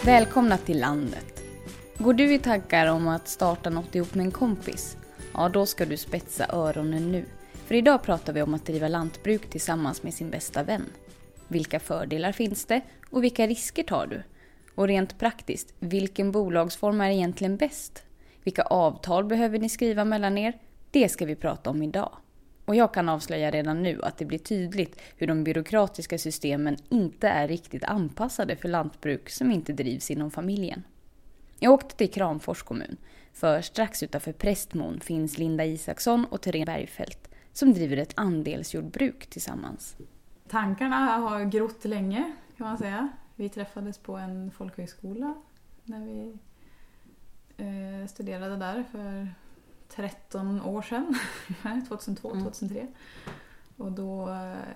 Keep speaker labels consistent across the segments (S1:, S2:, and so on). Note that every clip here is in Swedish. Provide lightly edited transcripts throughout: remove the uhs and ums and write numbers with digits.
S1: Välkomna till landet. Går du i tankar om att starta något ihop med en kompis? Ja, då ska du spetsa öronen nu. För idag pratar vi om att driva lantbruk tillsammans med sin bästa vän. Vilka fördelar finns det och vilka risker tar du? Och rent praktiskt, vilken bolagsform är egentligen bäst? Vilka avtal behöver ni skriva mellan er? Det ska vi prata om idag. Och jag kan avslöja redan nu att det blir tydligt hur de byråkratiska systemen inte är riktigt anpassade för lantbruk som inte drivs inom familjen. Jag åkte till Kramfors kommun, för strax utanför Prästmon finns Linda Isaksson och Therese Bergfeldt som driver ett andelsjordbruk tillsammans.
S2: Tankarna har grott länge kan man säga. Vi träffades på en folkhögskola när vi studerade där för 13 år sedan, 2002-2003. Och då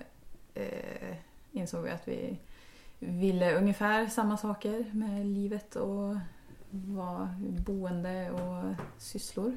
S2: insåg vi att vi ville ungefär samma saker med livet och boende och sysslor.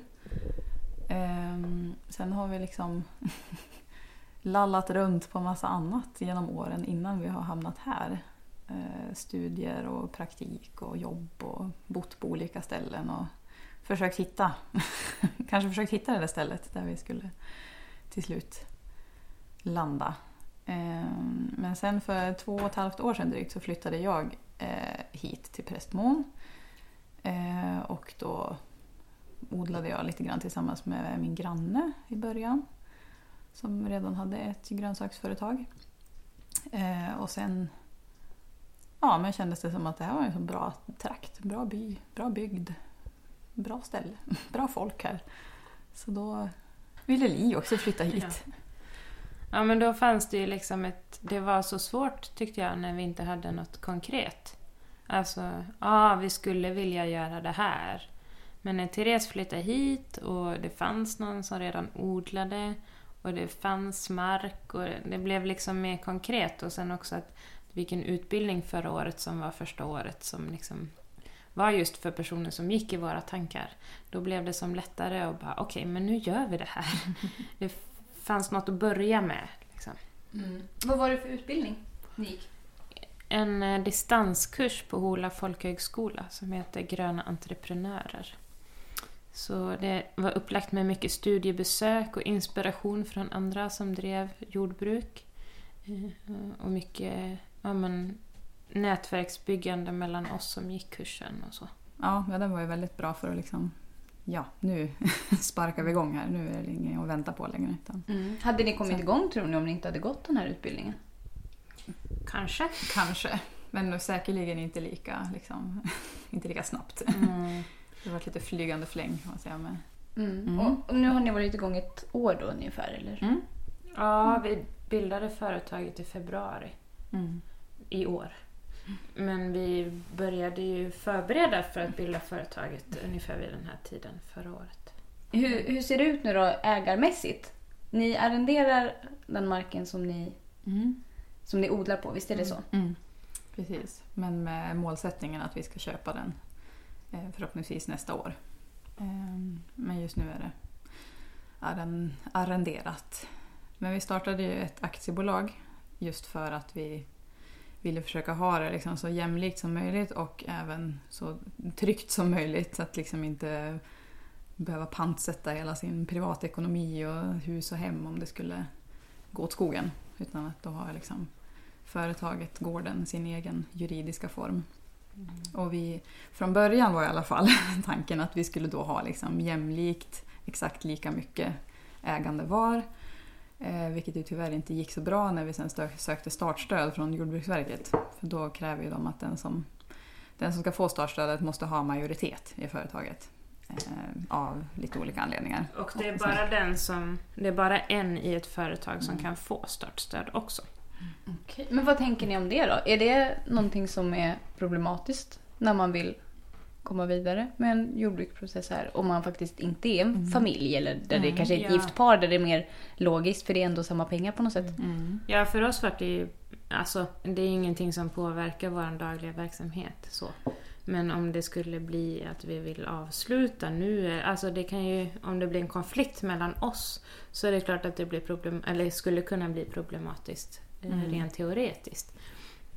S2: Sen har vi liksom lallat runt på massa annat genom åren innan vi har hamnat här. Studier och praktik och jobb och bott på olika ställen och försökt hitta det där stället där vi skulle till slut landa. Men sen för 2,5 år sedan drygt så flyttade jag hit till Prästmon. Och då odlade jag lite grann tillsammans med min granne i början. Som redan hade ett grönsaksföretag. Och sen men kändes det som att det här var en så bra trakt, bra by, bra bygd. Bra ställe, bra folk här. Så då ville Li också flytta hit.
S3: Ja, men då fanns det ju liksom det var så svårt tyckte jag när vi inte hade något konkret. Alltså, vi skulle vilja göra det här. Men när Therese flyttade hit och det fanns någon som redan odlade och det fanns mark och det blev liksom mer konkret. Och sen också att vilken utbildning förra året som var första året som liksom var just för personer som gick i våra tankar. Då blev det som lättare att bara, okej, men nu gör vi det här. Det fanns något att börja med. Liksom.
S1: Vad var det för utbildning ni gick?
S3: En distanskurs på Hola folkhögskola som heter Gröna entreprenörer. Så det var upplagt med mycket studiebesök och inspiration från andra som drev jordbruk. Och mycket nätverksbyggande mellan oss som gick kursen och så.
S2: Ja, den var ju väldigt bra för att liksom, nu sparkar vi igång här. Nu är det ingen att vänta på längre.
S1: Hade ni kommit igång tror ni om ni inte hade gått den här utbildningen?
S3: Kanske.
S2: Men säkerligen inte lika snabbt. Det var lite flygande fläng kan man säga.
S1: Och nu har ni varit igång ett år då ungefär, eller?
S3: Ja, vi bildade företaget i februari i år. Men vi började ju förbereda för att bilda företaget ungefär vid den här tiden förra året.
S1: Hur ser det ut nu då ägarmässigt? Ni arrenderar den marken som ni odlar på, visst är det så?
S2: Precis, men med målsättningen att vi ska köpa den förhoppningsvis nästa år. Men just nu är det arrenderat. Men vi startade ju ett aktiebolag just för att vi ville försöka ha det liksom så jämlikt som möjligt och även så tryggt som möjligt så att liksom inte behöva pantsätta hela sin privatekonomi och hus och hem om det skulle gå åt skogen. Utan att då har liksom företaget, gården, sin egen juridiska form. Och vi, från början var i alla fall tanken att vi skulle då ha liksom jämlikt, exakt lika mycket ägande var. Vilket ju tyvärr inte gick så bra när vi sen sökte startstöd från Jordbruksverket. För då kräver ju de att den som ska få startstödet måste ha majoritet i företaget. Av lite olika anledningar.
S3: Och det är bara en i ett företag som kan få startstöd också.
S1: Okay. Men vad tänker ni om det då? Är det någonting som är problematiskt när man vill komma vidare med en jordbruksprocess här om man faktiskt inte är en familj eller där det kanske är ett gift par där det är mer logiskt för det är ändå samma pengar på något sätt?
S3: Ja, för oss var det ju det är ingenting som påverkar vår dagliga verksamhet så. Men om det skulle bli att vi vill avsluta nu, alltså det kan ju, om det blir en konflikt mellan oss så är det klart att det blir skulle kunna bli problematiskt rent teoretiskt.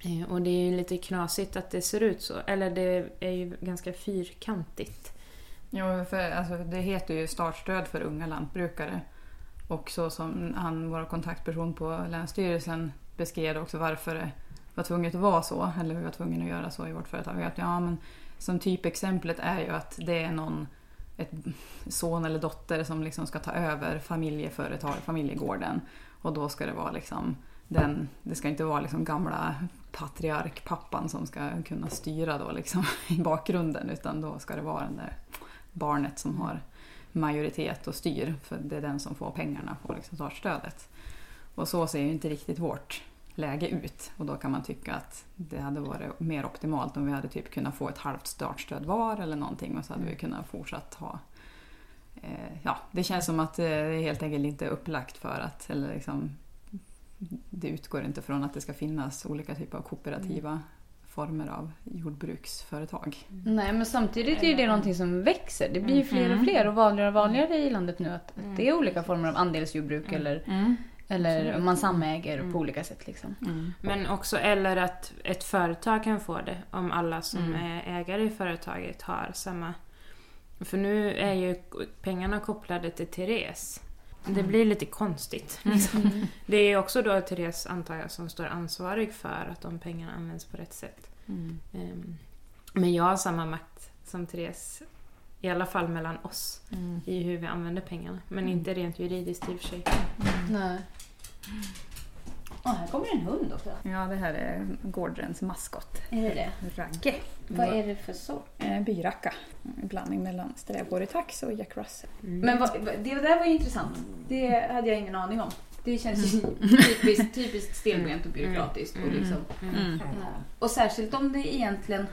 S3: Och det är ju lite knasigt att det ser ut så. Eller det är ju ganska fyrkantigt.
S2: Ja, för alltså, det heter ju startstöd för unga lantbrukare. Och så som vår kontaktperson på Länsstyrelsen beskrev också varför det var tvunget att vara så. Eller vi var tvungna att göra så i vårt företag. Ja, men som typexemplet är ju att det är ett son eller dotter som liksom ska ta över familjegården. Och då ska det vara liksom det ska inte vara liksom gamla patriarkpappan som ska kunna styra då liksom i bakgrunden, utan då ska det vara den där barnet som har majoritet och styr, för det är den som får pengarna på liksom startstödet. Och så ser ju inte riktigt vårt läge ut, och då kan man tycka att det hade varit mer optimalt om vi hade typ kunnat få ett halvt startstöd var eller någonting, och så hade vi kunnat fortsatt ha det känns som att det är helt enkelt inte upplagt för att, eller liksom, det utgår inte från att det ska finnas olika typer av kooperativa former av jordbruksföretag.
S1: Nej, men samtidigt är det någonting som växer. Det blir ju fler och fler och vanligare i landet nu att det är olika former av andelsjordbruk eller man samäger på olika sätt liksom.
S3: Men också, eller att ett företag kan få det om alla som är ägare i företaget har samma. För nu är ju pengarna kopplade till Therese. Det blir lite konstigt. Liksom. Det är också då Therese, antar jag, som står ansvarig för att de pengarna används på rätt sätt. Men jag har samma makt som Therese, i alla fall mellan oss, i hur vi använder pengarna. Men inte rent juridiskt i och för sig.
S1: Nej. Här kommer en hund också.
S2: Ja, det här är gårdens maskot.
S1: Är det?
S2: Ragge.
S1: Vad är det för sort?
S2: Byracka. En blandning mellan strävhårig tax och Jack Russell.
S1: Men det där var ju intressant. Det hade jag ingen aning om. Det känns ju typiskt stelbent och byråkratiskt. Och, liksom. Och särskilt om det egentligen...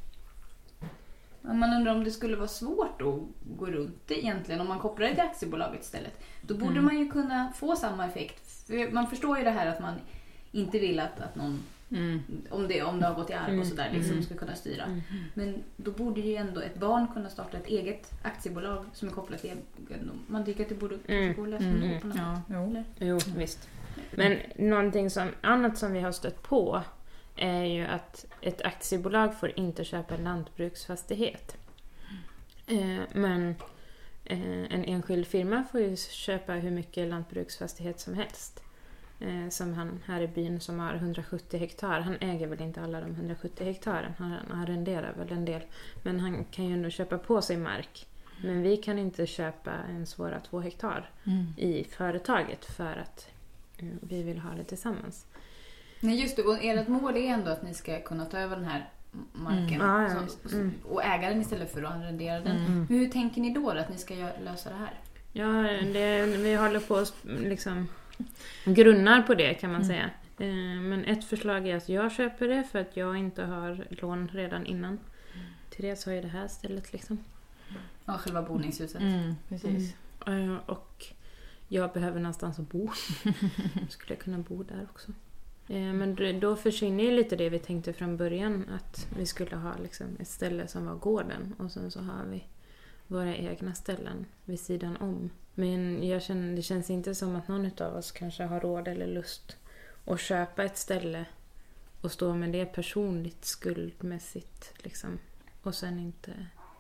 S1: Man undrar om det skulle vara svårt att gå runt det egentligen om man kopplar det till aktiebolaget istället. Då borde man ju kunna få samma effekt. För man förstår ju det här att man inte vill att någon, om det har gått i arv och sådär, liksom ska kunna styra. Men då borde ju ändå ett barn kunna starta ett eget aktiebolag som är kopplat till man tycker att det borde gå att lösa på något sätt.
S3: Jo, visst. Men någonting annat som vi har stött på är ju att ett aktiebolag får inte köpa en lantbruksfastighet. Men en enskild firma får ju köpa hur mycket lantbruksfastighet som helst. Som han här i byn som har 170 hektar. Han äger väl inte alla de 170 hektaren. Han arrenderar väl en del. Men han kan ju ändå köpa på sig mark. Men vi kan inte köpa ens våra 2 hektar i företaget för att vi vill ha det tillsammans.
S1: Nej, just det. Och ert mål är ändå att ni ska kunna ta över den här marken och äga den istället för att arrendera den. Men hur tänker ni då att ni ska lösa det här?
S3: Ja, vi håller på att liksom grunnar på det, kan man säga. Men ett förslag är att jag köper det för att jag inte har lån redan innan. Therese har ju det här stället liksom.
S1: Ja, själva boningshuset.
S2: Precis.
S3: Och jag behöver någonstans att bo. Skulle jag kunna bo där också. Men då försvinner ju lite det vi tänkte från början, att vi skulle ha liksom ett ställe som var gården och sen så har vi våra egna ställen vid sidan om. Men det känns inte som att någon av oss kanske har råd eller lust att köpa ett ställe och stå med det personligt skuldmässigt liksom, och sen inte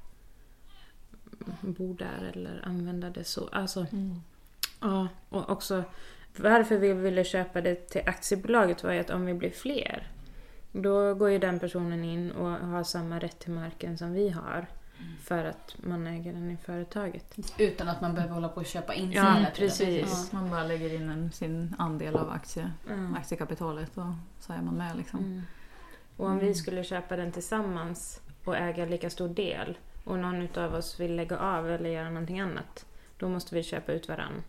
S3: bo där eller använda det så. Alltså, ja, och också varför vi ville köpa det till aktiebolaget var ju att om vi blir fler, då går ju den personen in och har samma rätt till marken som vi har. För att man äger den i företaget. Utan att man behöver hålla på att köpa in sin
S2: precis. Ja. Man bara lägger in sin andel av aktiekapitalet och så är man med liksom.
S3: Och om vi skulle köpa den tillsammans och äga lika stor del och någon av oss vill lägga av eller göra någonting annat, då måste vi köpa ut varann.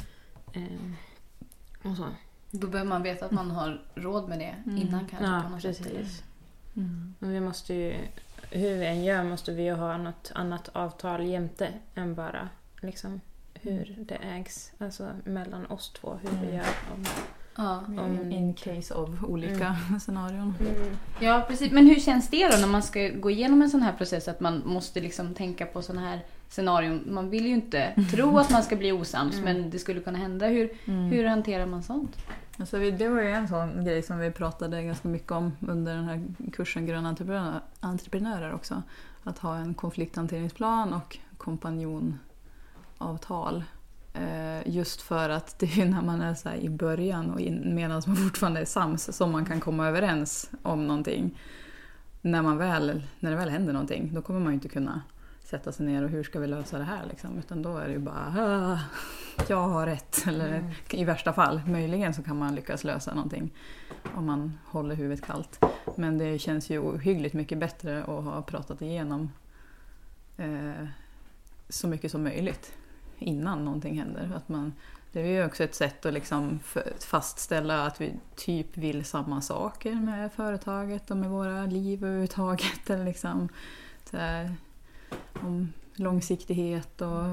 S3: Och så.
S1: Då behöver man veta att man har råd med det innan kanske på något sätt.
S3: Men vi måste ju, hur vi än gör måste vi ju ha något annat avtal jämte än bara liksom hur det ägs, alltså mellan oss två, hur vi gör om
S2: in case of olika scenarion.
S1: Ja, precis. Men hur känns det då när man ska gå igenom en sån här process, att man måste liksom tänka på sån här scenarion? Man vill ju inte tro att man ska bli osams, men det skulle kunna hända. Hur hanterar man sånt?
S2: Alltså det var ju en sån grej som vi pratade ganska mycket om under den här kursen Gröna entreprenörer också. Att ha en konflikthanteringsplan och kompanjonavtal. Just för att det är när man är så här i början och medan man fortfarande är sams som man kan komma överens om någonting. När det väl händer någonting, då kommer man ju inte kunna sätta sig ner och hur ska vi lösa det här liksom. Utan då är det ju bara jag har rätt. Eller i värsta fall, möjligen så kan man lyckas lösa någonting om man håller huvudet kallt. Men det känns ju ohyggligt mycket bättre att ha pratat igenom så mycket som möjligt innan någonting händer. Det är ju också ett sätt att liksom fastställa att vi typ vill samma saker med företaget och med våra liv överhuvudtaget. Eller liksom, om långsiktighet och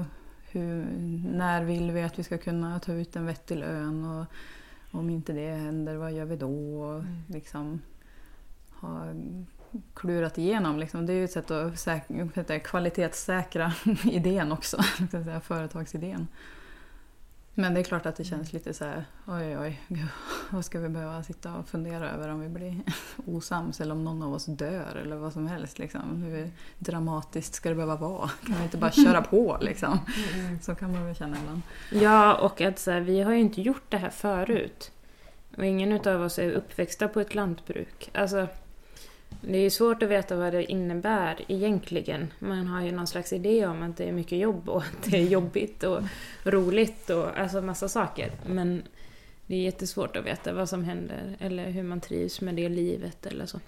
S2: när vill vi att vi ska kunna ta ut en vettig lön och om inte det händer, vad gör vi då? Och liksom ha klurat igenom. Liksom. Det är ju ett sätt att kvalitetssäkra idén också, företagsidén. Men det är klart att det känns lite så här, oj, vad ska vi behöva sitta och fundera över om vi blir osams eller om någon av oss dör eller vad som helst. Liksom. Hur dramatiskt ska det behöva vara? Kan vi inte bara köra på liksom? Så kan man väl känna ibland.
S3: Ja, och att så här, vi har ju inte gjort det här förut. Och ingen av oss är uppväxta på ett lantbruk. Alltså, det är ju svårt att veta vad det innebär egentligen. Man har ju någon slags idé om att det är mycket jobb och att det är jobbigt och roligt och alltså massa saker. Men det är jättesvårt att veta vad som händer eller hur man trivs med det livet eller så.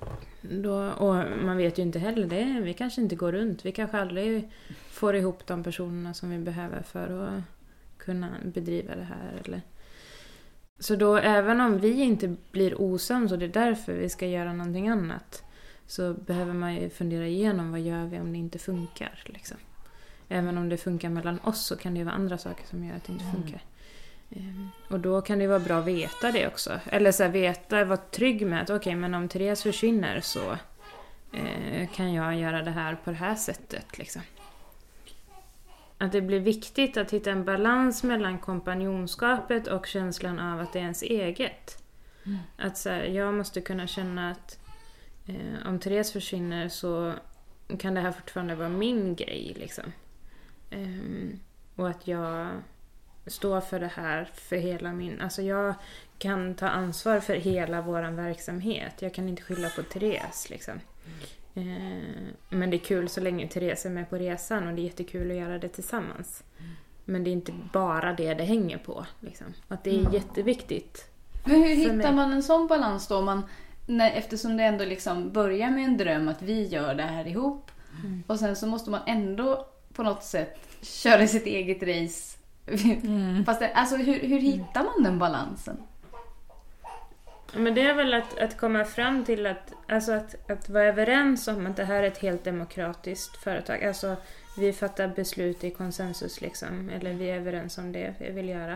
S3: Och man vet ju inte heller det. Vi kanske inte går runt. Vi kanske aldrig får ihop de personerna som vi behöver för att kunna bedriva det här eller... Så då även om vi inte blir osams och det är därför vi ska göra någonting annat så behöver man ju fundera igenom vad gör vi om det inte funkar. Liksom. Även om det funkar mellan oss så kan det ju vara andra saker som gör att det inte funkar. Och då kan det vara bra att veta det också. Eller så här, vara trygg med att okej, men om Therese försvinner så kan jag göra det här på det här sättet. Liksom. Att det blir viktigt att hitta en balans mellan kompanjonskapet och känslan av att det är ens eget. Att så här, jag måste kunna känna att om Therese försvinner så kan det här fortfarande vara min grej. Liksom. Och att jag står för det här för hela min... Alltså jag kan ta ansvar för hela våran verksamhet. Jag kan inte skylla på Therese liksom. Men det är kul så länge Therese är med på resan och det är jättekul att göra det tillsammans. Men det är inte bara det hänger på. Liksom. Att det är jätteviktigt.
S1: Men hur hittar man en sån balans då? Eftersom det ändå liksom börjar med en dröm att vi gör det här ihop. Och sen så måste man ändå på något sätt köra sitt eget race. Fast alltså, hur hittar man den balansen?
S3: Men det är väl att komma fram till att vara överens om att det här är ett helt demokratiskt företag. Alltså vi fattar beslut i konsensus liksom. Eller vi är överens om det vi vill göra.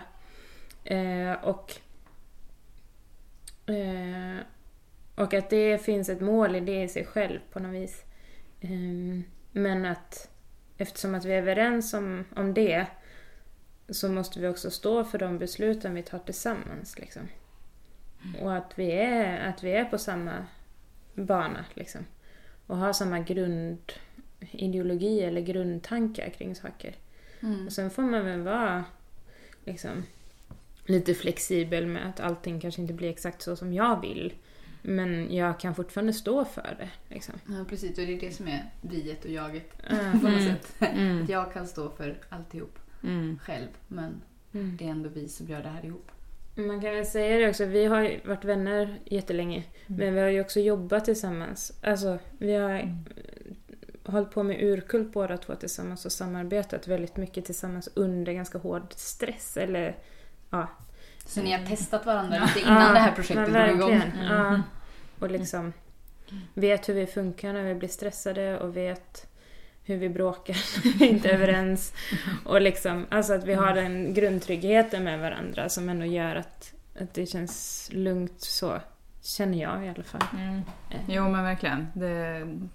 S3: Och att det finns ett mål i det i sig själv på något vis. Men att eftersom att vi är överens om det så måste vi också stå för de besluten vi tar tillsammans liksom. Och att vi är på samma bana liksom. Och har samma grundideologi eller grundtankar kring saker. Och sen får man väl vara liksom, lite flexibel med att allting kanske inte blir exakt så som jag vill. Men jag kan fortfarande stå för det. Liksom.
S1: Ja, precis. Och det är det som är viet och jaget på något sätt. Att jag kan stå för alltihop själv. Men det är ändå vi som gör det här ihop.
S3: Man kan väl säga det också. Vi har ju varit vänner jättelänge. Men vi har ju också jobbat tillsammans. Alltså, vi har hållit på med Urkult båda två tillsammans och samarbetat väldigt mycket tillsammans under ganska hård stress. Eller, ja.
S1: Så ni har testat varandra lite innan det här projektet var igång.
S3: Ja. Och liksom vet hur vi funkar när vi blir stressade och vet hur vi bråkar när vi inte är överens. Och liksom, alltså att vi har den grundtryggheten med varandra som ändå gör att det känns lugnt, så känner jag i alla fall.
S2: Jo men verkligen.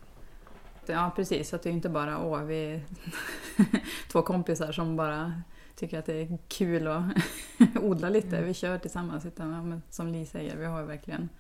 S2: Ja precis, att det är inte bara vi två kompisar som bara tycker att det är kul att odla lite. Vi kör tillsammans. Utan, som Li säger, vi har verkligen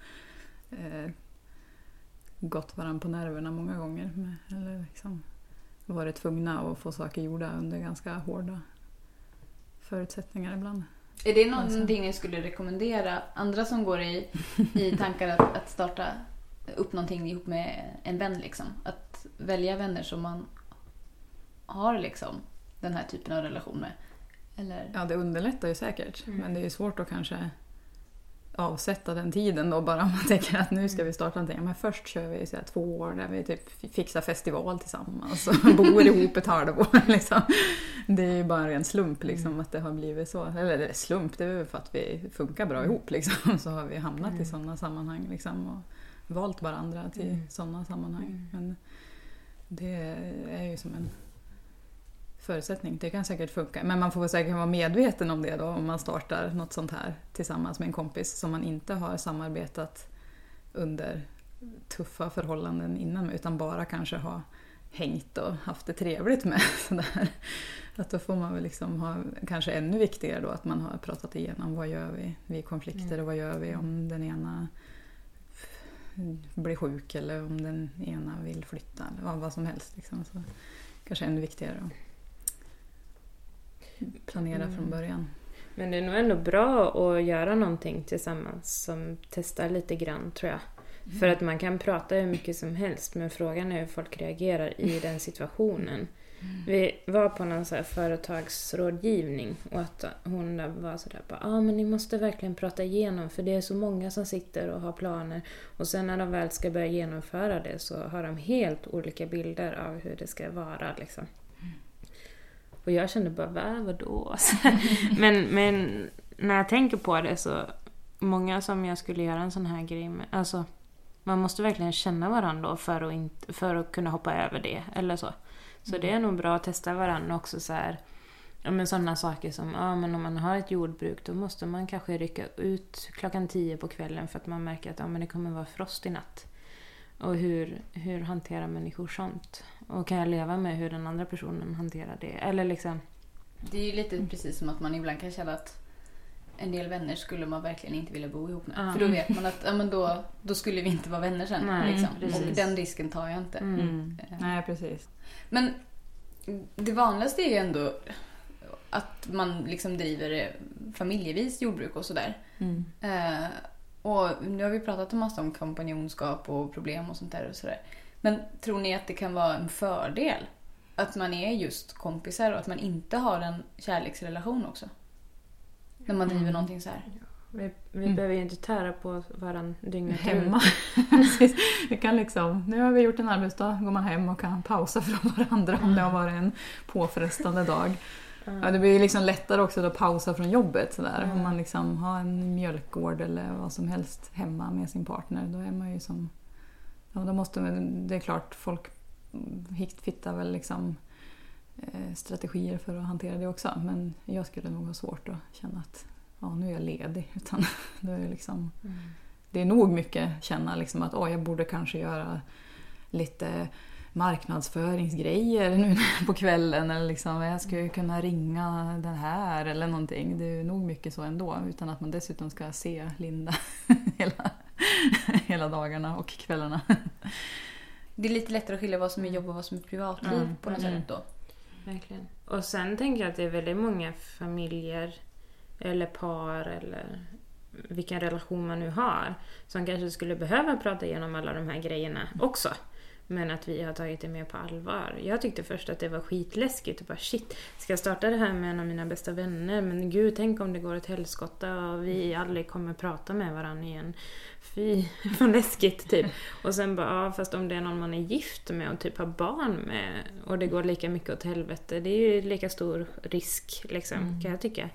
S2: gått varandra på nerverna många gånger. Eller liksom varit tvungna att få saker gjorda under ganska hårda förutsättningar ibland.
S1: Är det någonting ni skulle rekommendera andra som går i tankar att starta upp någonting ihop med en vän liksom? Att välja vänner som man har liksom den här typen av relation med? Eller?
S2: Ja, det underlättar ju säkert. Men det är ju svårt att kanske avsätta den tiden då, bara om man tänker att nu ska vi starta någonting. Men först kör vi så här 2 år där vi typ fixar festival tillsammans och bor ihop ett halvår. Liksom. Det är ju bara en ren slump liksom, att det har blivit så. Eller det är slump, det är ju för att vi funkar bra ihop liksom. Så har vi hamnat i sådana sammanhang liksom, och valt varandra till sådana sammanhang. Men det är ju som en förutsättning. Det kan säkert funka. Men man får säkert vara medveten om det då, om man startar något sånt här tillsammans med en kompis som man inte har samarbetat under tuffa förhållanden innan, utan bara kanske har hängt och haft det trevligt med. Sådär. Att då får man väl liksom ha, kanske ännu viktigare då, att man har pratat igenom vad gör vi vid konflikter och vad gör vi om den ena blir sjuk eller om den ena vill flytta eller vad som helst. Liksom. Så kanske ännu viktigare då. Planera från början.
S3: Men det är nog ändå bra att göra någonting tillsammans som testar lite grann, tror jag. För att man kan prata hur mycket som helst, men frågan är hur folk reagerar i den situationen. Vi var på någon så här företagsrådgivning och att hon där var sådär bara, men ni måste verkligen prata igenom, för det är så många som sitter och har planer, och sen när de väl ska börja genomföra det så har de helt olika bilder av hur det ska vara liksom. Och jag kände bara, vadå? men när jag tänker på det så, många som jag skulle göra en sån här grej med, alltså man måste verkligen känna varandra för att kunna hoppa över det eller så. Så det är nog bra att testa varandra också så här. Ja, men sådana saker som, men om man har ett jordbruk då måste man kanske rycka ut 10:00 på kvällen för att man märker att men det kommer vara frost i natt. Och hur hanterar människor sånt? Och kan jag leva med hur den andra personen hanterar det? Eller liksom...
S1: Det är ju lite precis som att man ibland kan känna att en del vänner skulle man verkligen inte vilja bo ihop med. För då vet man att men då skulle vi inte vara vänner sen.
S3: Nej,
S1: liksom. Och den risken tar jag inte.
S2: Nej, precis.
S1: Men det vanligaste är ju ändå att man liksom driver familjevis jordbruk och sådär. Och nu har vi pratat en massa om kompanjonskap och problem och sånt där och sådär. Men tror ni att det kan vara en fördel att man är just kompisar och att man inte har en kärleksrelation också? När man driver någonting så här.
S3: Vi behöver ju inte tära på varandra dygnet
S2: hemma. Vi kan liksom, nu har vi gjort en arbetsdag, går man hem och kan pausa från varandra om det har varit en påfrestande dag. Ja, det blir liksom lättare också att pausa från jobbet sådär. Om man liksom har en mjölkgård eller vad som helst hemma med sin partner, då är man ju som, ja, då måste det är klart folk hittar väl liksom strategier för att hantera det också, men jag skulle nog ha svårt att känna att nu är jag ledig, utan då är det liksom det är nog mycket känna liksom att jag borde kanske göra lite marknadsföringsgrejer nu på kvällen, eller liksom jag skulle kunna ringa den här eller någonting. Det är nog mycket så ändå, utan att man dessutom ska se Linda hela dagarna och kvällarna.
S1: Det är lite lättare att skilja vad som är jobb och vad som är privatliv på något sätt då.
S3: Verkligen. Och sen tänker jag att det är väldigt många familjer eller par eller vilken relation man nu har som kanske skulle behöva prata igenom alla de här grejerna också. Men att vi har tagit det mer på allvar. Jag tyckte först att det var skitläskigt. Och bara shit, ska jag starta det här med en av mina bästa vänner? Men gud, tänk om det går ett helskotta och vi aldrig kommer prata med varandra igen. Fy, vad läskigt typ. Och sen bara, fast om det är någon man är gift med och typ har barn med och det går lika mycket åt helvete. Det är ju lika stor risk liksom, kan jag tycka.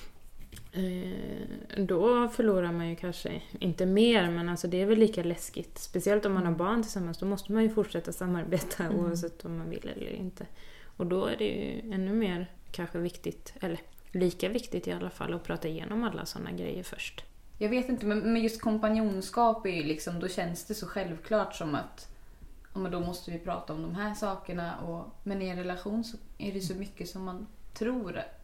S3: Då förlorar man ju kanske inte mer, men alltså det är väl lika läskigt, speciellt om man har barn tillsammans. Då måste man ju fortsätta samarbeta oavsett om man vill eller inte, och då är det ju ännu mer kanske viktigt, eller lika viktigt i alla fall, att prata igenom alla sådana grejer först.
S1: Jag vet inte, men just kompanjonskap är ju liksom, då känns det så självklart som att men då måste vi prata om de här sakerna, men i en relation så är det så mycket som man tror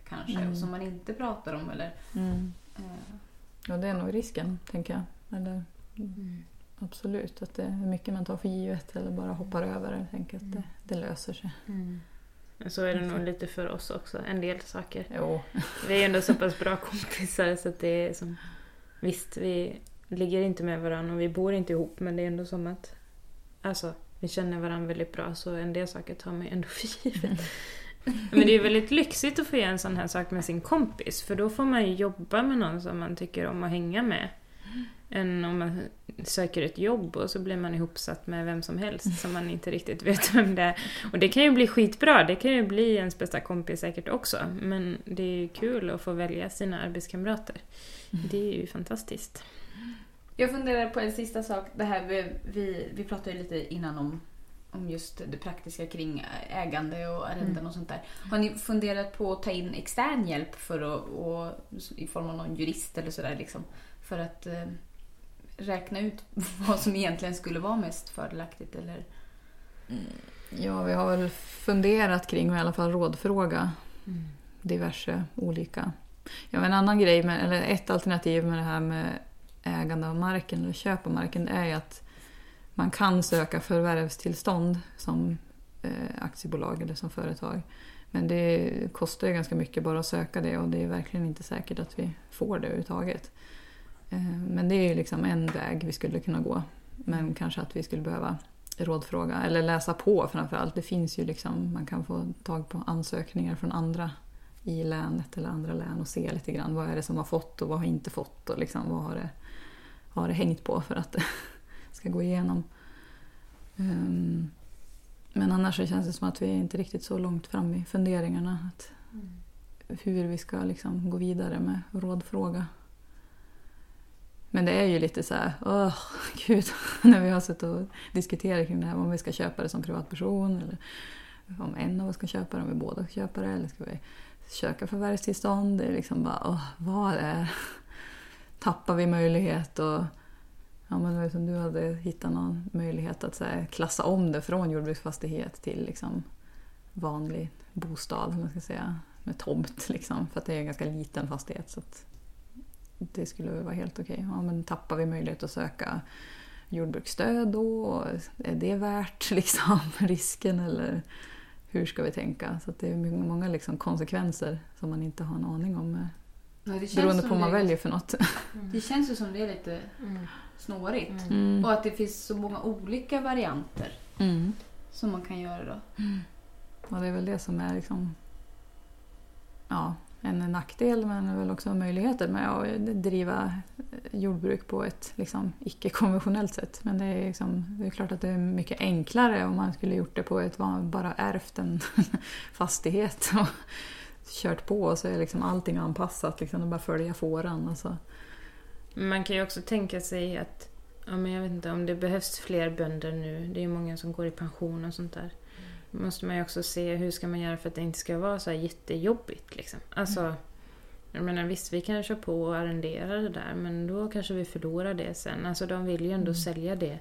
S1: kanske och som man inte pratar om eller...
S2: Ja, det är nog risken, tänker jag. Eller, absolut, att det är mycket man tar för givet eller bara hoppar över och tänker att det löser sig.
S3: Så är det nog lite för oss också, en del saker.
S2: Jo.
S3: Vi är ändå så pass bra kompisar så att det är som... Visst, vi ligger inte med varandra och vi bor inte ihop, men det är ändå som att... Alltså, vi känner varandra väldigt bra, så en del saker tar mig ändå för givet. Men det är väldigt lyxigt att få göra en sån här sak med sin kompis, för då får man ju jobba med någon som man tycker om att hänga med. Än om man söker ett jobb och så blir man ihopsatt med vem som helst som man inte riktigt vet vem det är. Och det kan ju bli skitbra, det kan ju bli ens bästa kompis säkert också. Men det är ju kul att få välja sina arbetskamrater. Det är ju fantastiskt.
S1: Jag funderar på en sista sak. Det här vi pratade ju lite innan om just det praktiska kring ägande och arrenden och sånt där. Har ni funderat på att ta in extern hjälp för att i form av någon jurist eller sådär liksom, för att räkna ut vad som egentligen skulle vara mest fördelaktigt eller?
S2: Ja, vi har väl funderat kring och i alla fall rådfråga diverse olika. Ja, en annan grej eller ett alternativ med det här med ägande av marken eller köp av marken är ju att man kan söka förvärvstillstånd som aktiebolag eller som företag. Men det kostar ju ganska mycket bara att söka det och det är verkligen inte säkert att vi får det överhuvudtaget. Men det är ju liksom en väg vi skulle kunna gå. Men kanske att vi skulle behöva rådfråga eller läsa på framförallt. Det finns ju liksom, man kan få tag på ansökningar från andra i länet eller andra län och se lite grann vad är det som har fått och vad har inte fått och liksom vad har det hängt på för att det ska gå igenom. Men annars så känns det som att vi är inte riktigt så långt fram i funderingarna att hur vi ska liksom gå vidare med rådfråga. Men det är ju lite så här, gud, när vi har suttit och diskuterat kring det här om vi ska köpa det som privatperson eller om en av oss ska köpa det, om vi båda ska köpa det eller ska vi söka förvärvstillstånd. Det är liksom bara, vad är tappar vi möjlighet och ja, men som du hade hittat någon möjlighet att så här, klassa om det från jordbruksfastighet till liksom vanlig bostad, man ska säga, med tomt liksom, för att det är en ganska liten fastighet så att det skulle vara helt okej. Ja, men tappar vi möjlighet att söka jordbruksstöd då? Är det värt liksom risken eller hur ska vi tänka? Så att det är många liksom konsekvenser som man inte har en aning om. Beroende på vad man väljer för något.
S1: Det känns ju som det är lite snårigt. Och att det finns så många olika varianter som man kan göra då.
S2: Och det är väl det som är liksom, ja, en nackdel men väl också möjligheter med att driva jordbruk på ett liksom icke-konventionellt sätt. Men det är klart att det är mycket enklare om man skulle gjort det på ett bara ärvt en fastighet och kört på och så är liksom allting anpassat liksom, och bara följa fåran. Alltså.
S3: Man kan ju också tänka sig att men jag vet inte om det behövs fler bönder nu. Det är ju många som går i pension och sånt där. Måste man ju också se hur ska man göra för att det inte ska vara så här jättejobbigt liksom. Alltså, jag menar visst vi kan köra på och arrendera det där men då kanske vi förlorar det sen. Alltså de vill ju ändå sälja det.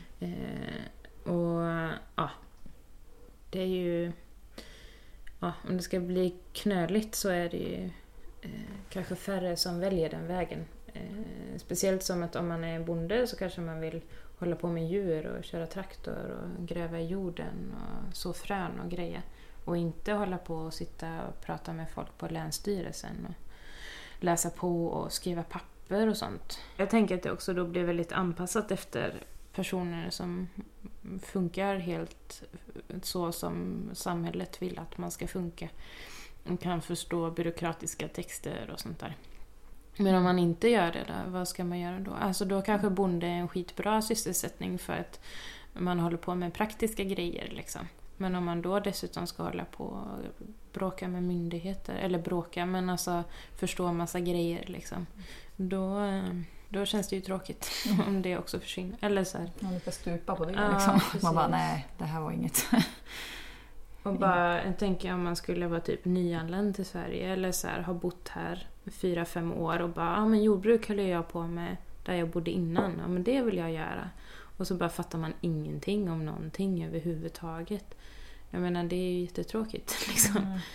S3: Och ja, det är ju om det ska bli knöligt så är det ju kanske färre som väljer den vägen. Speciellt som att om man är bonde så kanske man vill hålla på med djur och köra traktor och gräva i jorden och så frön och grejer. Och inte hålla på och sitta och prata med folk på länsstyrelsen och läsa på och skriva papper och sånt. Jag tänker att det också då blir väldigt anpassat efter personer som funkar helt så som samhället vill att man ska funka. Man kan förstå byråkratiska texter och sånt där. Men om man inte gör det då, vad ska man göra då? Alltså då kanske bonde är en skitbra sysselsättning för att man håller på med praktiska grejer liksom. Men om man då dessutom ska hålla på och bråka med myndigheter, eller bråka men alltså förstå en massa grejer liksom. Då känns det ju tråkigt om det också försvinner. Eller så här.
S2: Man lite stupa på det liksom. Man bara, nej, det här var inget.
S3: Och bara, jag tänker om man skulle vara typ nyanländ till Sverige eller så här, ha bott här 4-5 år och bara, men jordbruk höll jag på med där jag bodde innan. Ja, men det vill jag göra. Och så bara fattar man ingenting om någonting överhuvudtaget. Jag menar, det är ju jättetråkigt liksom.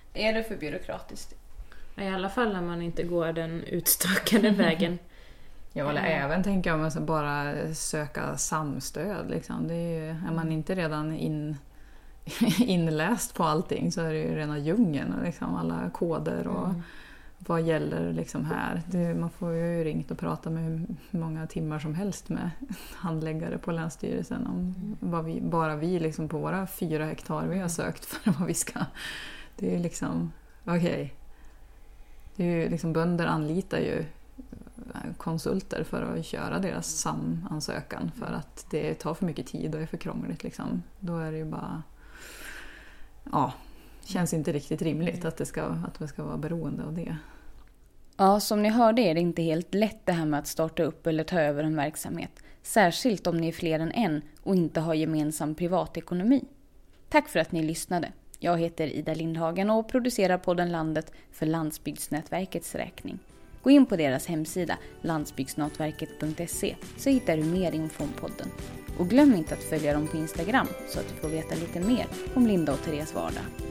S1: Är det för byråkratiskt?
S3: I alla fall när man inte går den utstakade vägen.
S2: Jag vill även tänka om att bara söka samstöd. Liksom. Det är man inte redan inläst på allting så är det ju rena djungeln. Liksom, alla koder och vad gäller liksom här. Man får ju ringt och prata med hur många timmar som helst med handläggare på Länsstyrelsen om vad vi liksom på våra 4 hektar vi har sökt för vad vi ska. Det är liksom, okej. Det är ju liksom, bönder anlitar ju konsulter för att köra deras samansökan för att det tar för mycket tid och är för krångligt. Liksom. Då är det ju bara... Ja, känns inte riktigt rimligt att vi ska vara beroende av det.
S1: Ja, som ni hörde är det inte helt lätt det här med att starta upp eller ta över en verksamhet. Särskilt om ni är fler än en och inte har gemensam privatekonomi. Tack för att ni lyssnade. Jag heter Ida Lindhagen och producerar podden Landet för Landsbygdsnätverkets räkning. Gå in på deras hemsida landsbygdsnätverket.se så hittar du mer info om podden. Och glöm inte att följa dem på Instagram så att du får veta lite mer om Linda och Therese vardag.